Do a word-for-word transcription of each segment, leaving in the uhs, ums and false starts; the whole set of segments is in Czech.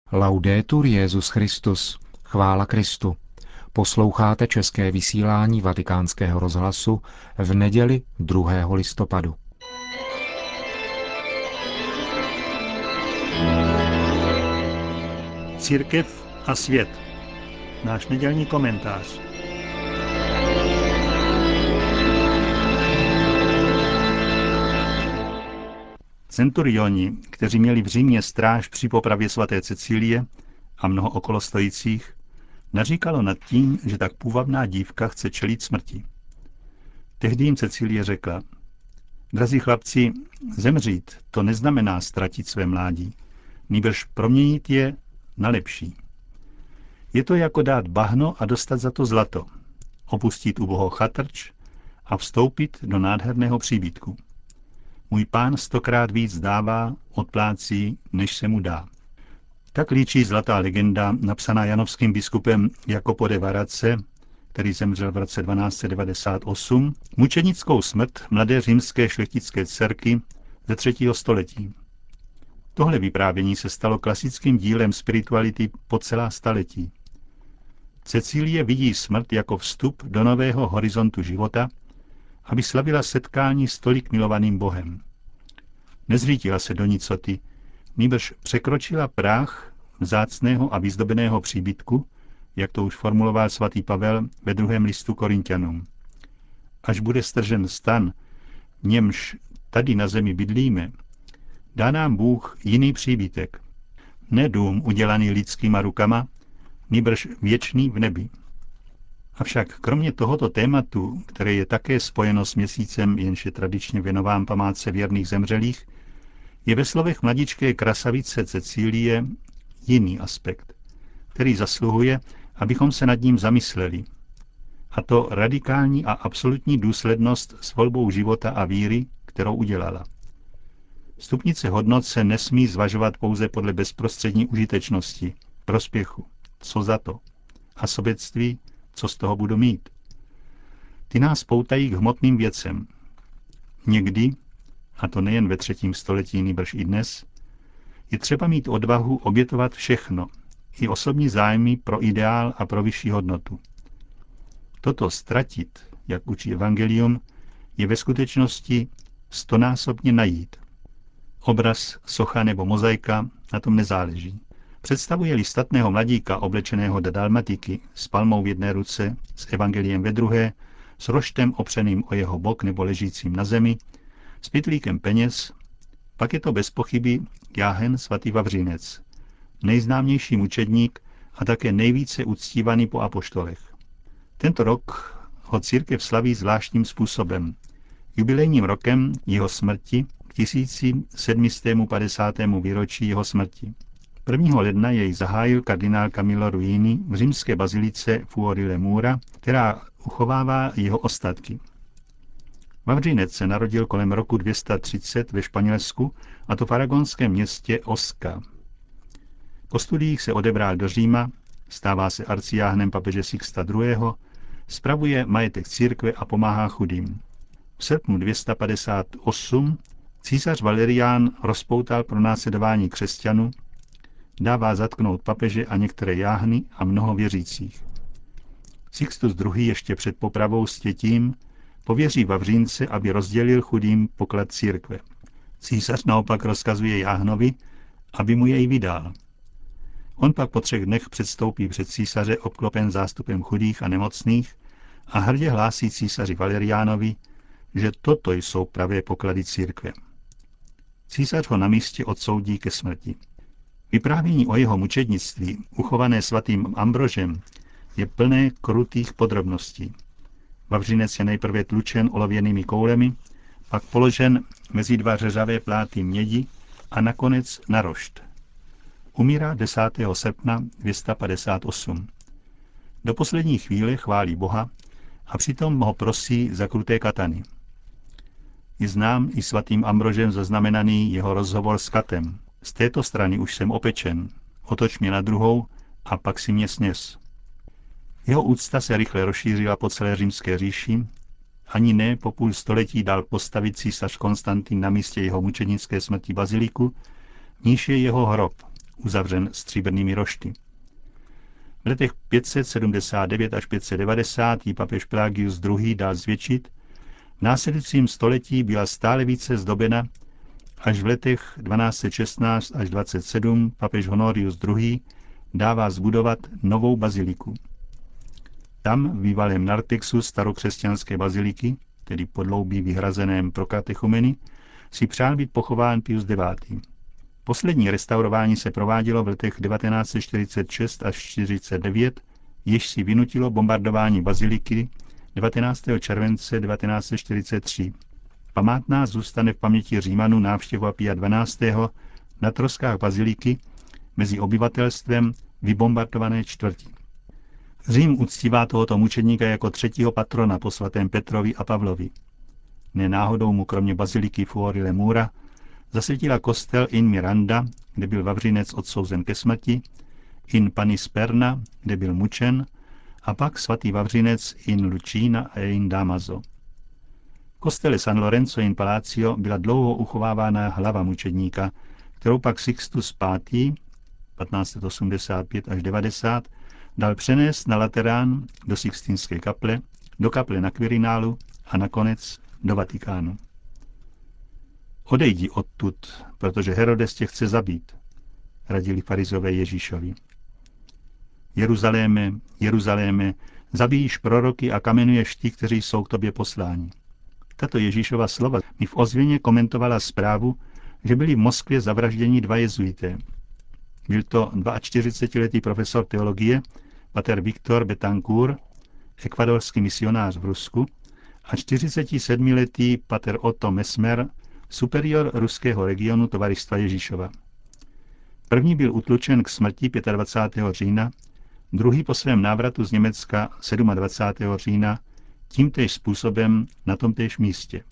Laudetur Jesus Christus. Chvála Kristu. Posloucháte české vysílání Vatikánského rozhlasu v neděli druhého listopadu. Církev a svět. Náš nedělní komentář. Centurioni, kteří měli v Římě stráž při popravě svaté Cecílie a mnoho okolostojících, naříkalo nad tím, že tak půvabná dívka chce čelit smrti. Tehdy jim Cecílie řekla: Drazí chlapci, zemřít to neznamená ztratit své mládí, nýbrž proměnit je na lepší. Je to jako dát bahno a dostat za to zlato, opustit ubohou chatrč a vstoupit do nádherného příbytku. Můj pán stokrát víc dává, odplácí, než se mu dá. Tak líčí zlatá legenda, napsaná janovským biskupem Jacopo de Varace, který zemřel v roce dvanáct set devadesát osm, mučenickou smrt mladé římské šlechtické dcerky ze třetího století. Tohle vyprávění se stalo klasickým dílem spirituality po celá staletí. Cecílie vidí smrt jako vstup do nového horizontu života, aby slavila setkání s tolik milovaným Bohem. Nezřítila se do nicoty, nýbrž překročila práh vzácného a vyzdobeného příbytku, jak to už formuloval svatý Pavel ve druhém listu Korinťanům. Až bude stržen stan, v němž tady na zemi bydlíme, dá nám Bůh jiný příbytek. Ne dům udělaný lidskýma rukama, nýbrž věčný v nebi. Avšak kromě tohoto tématu, které je také spojeno s měsícem, jenž je tradičně věnován památce věrných zemřelých, je ve slovech mladičké krasavice Cecílie jiný aspekt, který zasluhuje, abychom se nad ním zamysleli. A to radikální a absolutní důslednost s volbou života a víry, kterou udělala. Stupnice hodnot se nesmí zvažovat pouze podle bezprostřední užitečnosti, prospěchu, co za to, a sobectví, co z toho budu mít. Ty nás poutají k hmotným věcem. Někdy, a to nejen ve třetím století, nýbrž i dnes, je třeba mít odvahu obětovat všechno, i osobní zájmy pro ideál a pro vyšší hodnotu. Toto ztratit, jak učí evangelium, je ve skutečnosti stonásobně najít. Obraz, socha nebo mozaika na tom nezáleží. Představuje-li statného mladíka oblečeného do dalmatiky s palmou v jedné ruce, s evangeliem ve druhé, s roštem opřeným o jeho bok nebo ležícím na zemi, s pytlíkem peněz, pak je to bez pochyby jáhen svatý Vavřinec, nejznámější mučedník a také nejvíce uctívaný po apoštolech. Tento rok ho církev slaví zvláštním způsobem, jubilejním rokem jeho smrti k tisíc sedm set padesátému výročí jeho smrti. prvního ledna jej zahájil kardinál Camillo Ruini v římské bazilice Fuori le Mura, která uchovává jeho ostatky. Vavřinec se narodil kolem roku dvě stě třicet ve Španělsku, a to v aragonském městě Osca. Po studiích se odebral do Říma, stává se arcijáhnem papeže Sixta druhého., spravuje majetek církve a pomáhá chudým. V srpnu dvě stě padesát osm císař Valerián rozpoutal pronásledování křesťanů, dává zatknout papeže a některé jáhny a mnoho věřících. Sixtus druhý. ještě před popravou s tím pověří Vavřínce, aby rozdělil chudým poklad církve. Císař naopak rozkazuje jáhnovi, aby mu jej vydal. On pak po třech dnech předstoupí před císaře obklopen zástupem chudých a nemocných a hrdě hlásí císaři Valeriánovi, že toto jsou pravé poklady církve. Císař ho na místě odsoudí ke smrti. Vyprávění o jeho mučednictví, uchované svatým Ambrožem, je plné krutých podrobností. Vavřinec je nejprve tlučen olověnými koulemi, pak položen mezi dva řeřavé pláty mědi a nakonec na rošt. Umírá desátého srpna dvě stě padesát osm. Do poslední chvíle chválí Boha a přitom ho prosí za kruté katany. Je znám i svatým Ambrožem zaznamenaný jeho rozhovor s katem. Z této strany už jsem opečen, otoč mě na druhou a pak si mě sněz. Jeho úcta se rychle rozšířila po celé římské říši, ani ne po půl století dal postavit císař Konstantin na místě jeho mučenické smrti baziliku, v níž je jeho hrob, uzavřen stříbrnými rošty. V letech pět set sedmdesát devět až pět set devadesát ji papež Pelagius druhý. Dal zvětšit. V následujícím století byla stále více zdobena, až v letech dvanáct set šestnáct až dvacet sedm papež Honorius druhý. Dává zbudovat novou baziliku. Tam, v bývalém nartexu starokřesťanské baziliky, tedy podloubí vyhrazeném pro katechumeny, si přál být pochován Pius devátý. Poslední restaurování se provádělo v letech devatenáct set čtyřicet šest až čtyřicet devět, jež si vynutilo bombardování baziliky devatenáctého července devatenáct set čtyřicet tři. Památná zůstane v paměti Římanů návštěva Pia dvanáctého. na troskách baziliky mezi obyvatelstvem vybombardované čtvrti. Řím uctívá tohoto mučedníka jako třetího patrona po svatém Petrovi a Pavlovi. Nenáhodou mu kromě baziliky Fuori le Mura zasvětila kostel in Miranda, kde byl Vavřinec odsouzen ke smrti, in Panisperna, kde byl mučen, a pak svatý Vavřinec in Lucina a in Damaso. V kostele San Lorenzo in Palacio byla dlouho uchovávána hlava mučedníka, kterou pak Sixtus pátý. patnáct set osmdesát pět až devadesát dal přenést na Laterán do Sixtinské kaple, do kaple na Quirinálu a nakonec do Vatikánu. Odejdi odtud, protože Herodes tě chce zabít, radili farizové Ježíšovi. Jeruzaléme, Jeruzaléme, zabíjíš proroky a kamenuješ ty, kteří jsou k tobě posláni. Tato Ježíšova slova mi v ozvěně komentovala zprávu, že byli v Moskvě zavražděni dva jezuité. Byl to čtyřicetiletý profesor teologie, pater Viktor Betancourt, ekvadorský misionář v Rusku, a čtyřicetisedmiletý pater Otto Mesmer, superior ruského regionu Tovaristva Ježíšova. První byl utlučen k smrti dvacátého pátého října, druhý po svém návratu z Německa dvacátého sedmého října, tímtéž způsobem na tomtéž místě.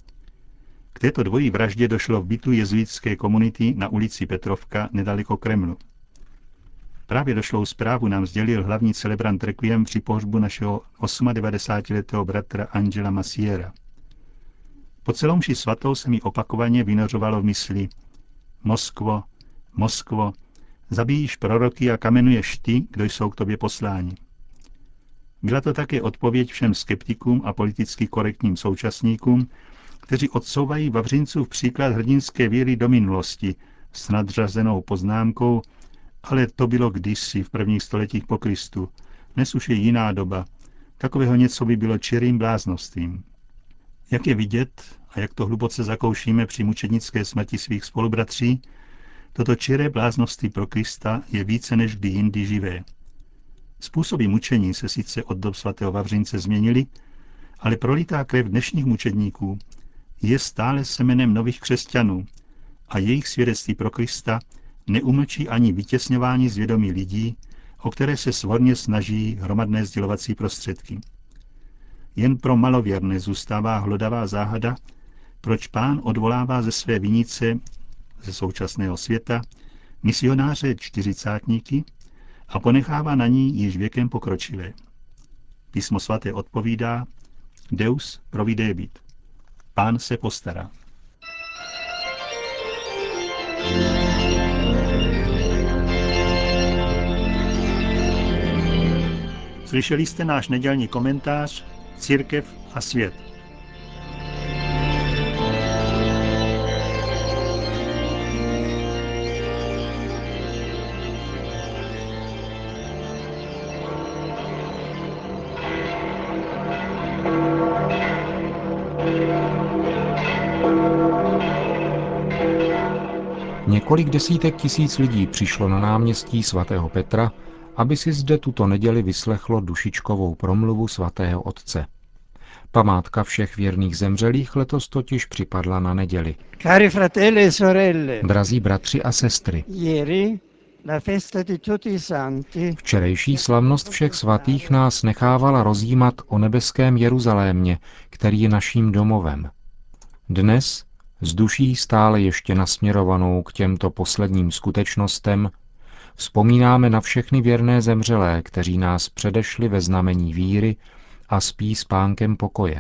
K této dvojí vraždě došlo v bytu jezuitské komunity na ulici Petrovka nedaleko Kremlu. Právě došlou zprávu nám sdělil hlavní celebrant requiem při pohřbu našeho devadesátiosmiletého bratra Angela Masiera. Po celou mši svatou se mi opakovaně vynořovalo v mysli: Moskvo, Moskvo, zabíjíš proroky a kamenuješ ty, kdo jsou k tobě posláni. Byla to také odpověď všem skeptikům a politicky korektním současníkům, kteří odsouvají Vavřincův příklad hrdinské víry do minulosti s nadřazenou poznámkou: ale to bylo kdysi v prvních stoletích po Kristu, dnes už je jiná doba, takového něco by bylo čirým bláznostvím. Jak je vidět, a jak to hluboce zakoušíme při mučednické smrti svých spolubratří, toto čiré bláznoství pro Krista je více než kdy jindy živé. Způsoby mučení se sice od dob svatého Vavřince změnily, ale prolitá krev dnešních mučedníků je stále semenem nových křesťanů a jejich svědectví pro Krista neumlčí ani vytěsňování zvědomí lidí, o které se svorně snaží hromadné sdělovací prostředky. Jen pro malověrné zůstává hlodavá záhada, proč Pán odvolává ze své vinice ze současného světa misionáře čtyřicátníky a ponechává na ní již věkem pokročilé. Písmo svaté odpovídá: Deus providebit. Pán se postará. Slyšeli jste náš nedělní komentář Církev a svět. Několik desítek tisíc lidí přišlo na náměstí svatého Petra, aby si zde tuto neděli vyslechlo dušičkovou promluvu svatého otce. Památka všech věrných zemřelých letos totiž připadla na neděli. Cari fratelli e sorelle, Drazí bratři a sestry, ieri la festa di tutti i santi, včerejší slavnost všech svatých nás nechávala rozjímat o nebeském Jeruzalémě, který je naším domovem. Dnes, s duší stále ještě nasměrovanou k těmto posledním skutečnostem, vzpomínáme na všechny věrné zemřelé, kteří nás předešli ve znamení víry a spí s Pánkem pokoje.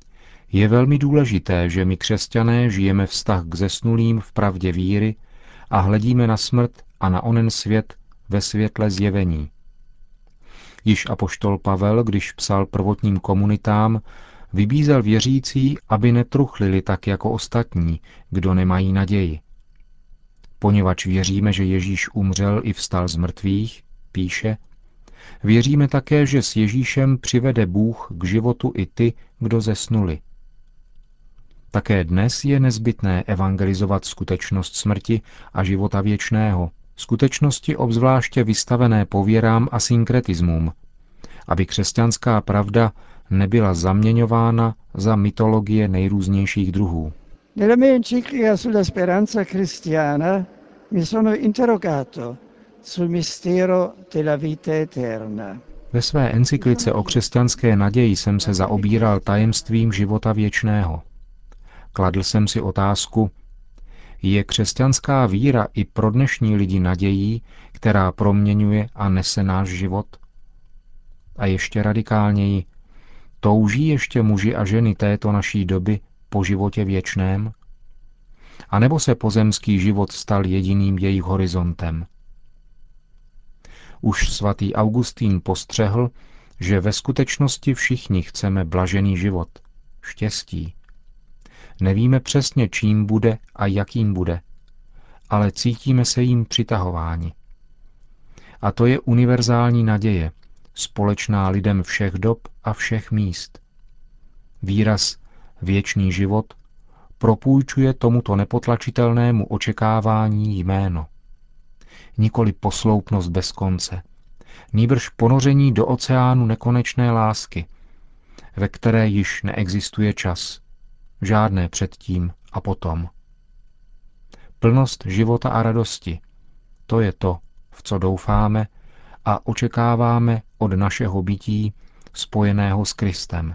Je velmi důležité, že my křesťané žijeme vztah k zesnulým v pravdě víry a hledíme na smrt a na onen svět ve světle zjevení. Již apoštol Pavel, když psal prvotním komunitám, vybízel věřící, aby netruchlili tak jako ostatní, kdo nemají naději. Poněvadž věříme, že Ježíš umřel i vstal z mrtvých, píše, věříme také, že s Ježíšem přivede Bůh k životu i ty, kdo zesnuli. Také dnes je nezbytné evangelizovat skutečnost smrti a života věčného, skutečnosti obzvláště vystavené pověrám a synkretismům, aby křesťanská pravda nebyla zaměňována za mytologie nejrůznějších druhů. Nella mia enciclica sulla speranza cristiana mi sono interrogato sul mistero della vita eterna. Ve své encyklice o křesťanské naději jsem se zaobíral tajemstvím života věčného. Kladl jsem si otázku, je křesťanská víra i pro dnešní lidi nadějí, která proměňuje a nese náš život? A ještě radikálněji, touží ještě muži a ženy této naší doby po životě věčném? A nebo se pozemský život stal jediným jejich horizontem? Už svatý Augustín postřehl, že ve skutečnosti všichni chceme blažený život, štěstí. Nevíme přesně, čím bude a jakým bude, ale cítíme se jim přitahováni. A to je univerzální naděje, společná lidem všech dob a všech míst. Výraz věčný život propůjčuje tomuto nepotlačitelnému očekávání jméno. Nikoli posloupnost bez konce, nýbrž ponoření do oceánu nekonečné lásky, ve které již neexistuje čas, žádné předtím a potom. Plnost života a radosti, to je to, v co doufáme a očekáváme od našeho bytí spojeného s Kristem.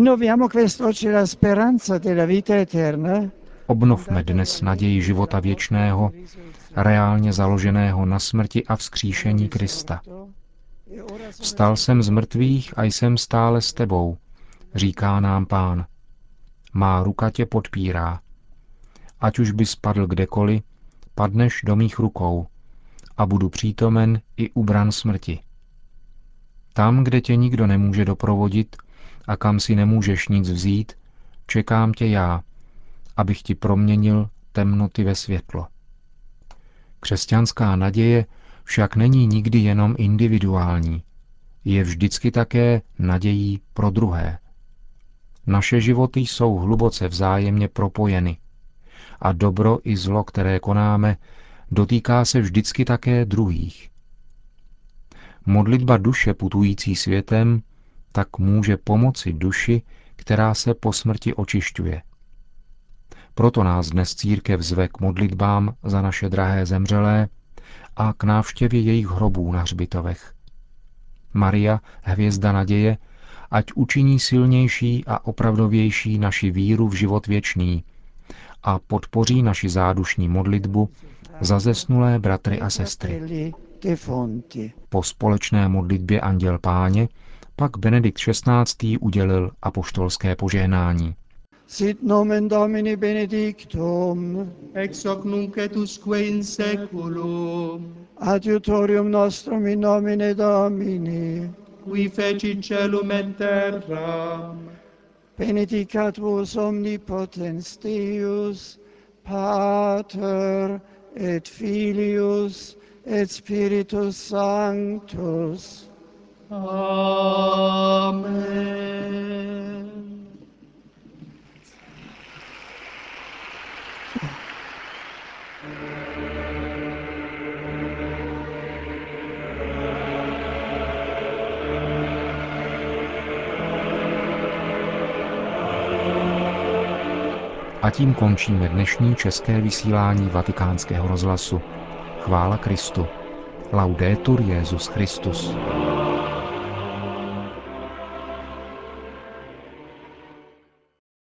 Obnovme dnes naději života věčného, reálně založeného na smrti a vzkříšení Krista. Vstal jsem z mrtvých a jsem stále s tebou, říká nám Pán. Má ruka tě podpírá. Ať už by spadl kdekoliv, padneš do mých rukou a budu přítomen i u bran smrti. Tam, kde tě nikdo nemůže doprovodit a kam si nemůžeš nic vzít, čekám tě já, abych ti proměnil temnoty ve světlo. Křesťanská naděje však není nikdy jenom individuální, je vždycky také nadějí pro druhé. Naše životy jsou hluboce vzájemně propojeny a dobro i zlo, které konáme, dotýká se vždycky také druhých. Modlitba duše putující světem tak může pomoci duši, která se po smrti očišťuje. Proto nás dnes církev zve k modlitbám za naše drahé zemřelé a k návštěvě jejich hrobů na hřbitovech. Maria, hvězda naděje, ať učiní silnější a opravdovější naši víru v život věčný a podpoří naši zádušní modlitbu za zesnulé bratry a sestry. Po společné modlitbě Anděl Páně pak Benedikt šestnáctý udělil apoštolské požehnání. Sit nomen Domini benedictum, ex hoc nunc et usque in seculum, adiutorium nostrum in nomine Domini, qui feci celum et terram, benedicat vos omnipotens Deus, Pater et Filius et Spiritus Sanctus. Amen. A tím končíme dnešní české vysílání Vatikánského rozhlasu. Chvála Kristu. Laudetur Jesus Christus.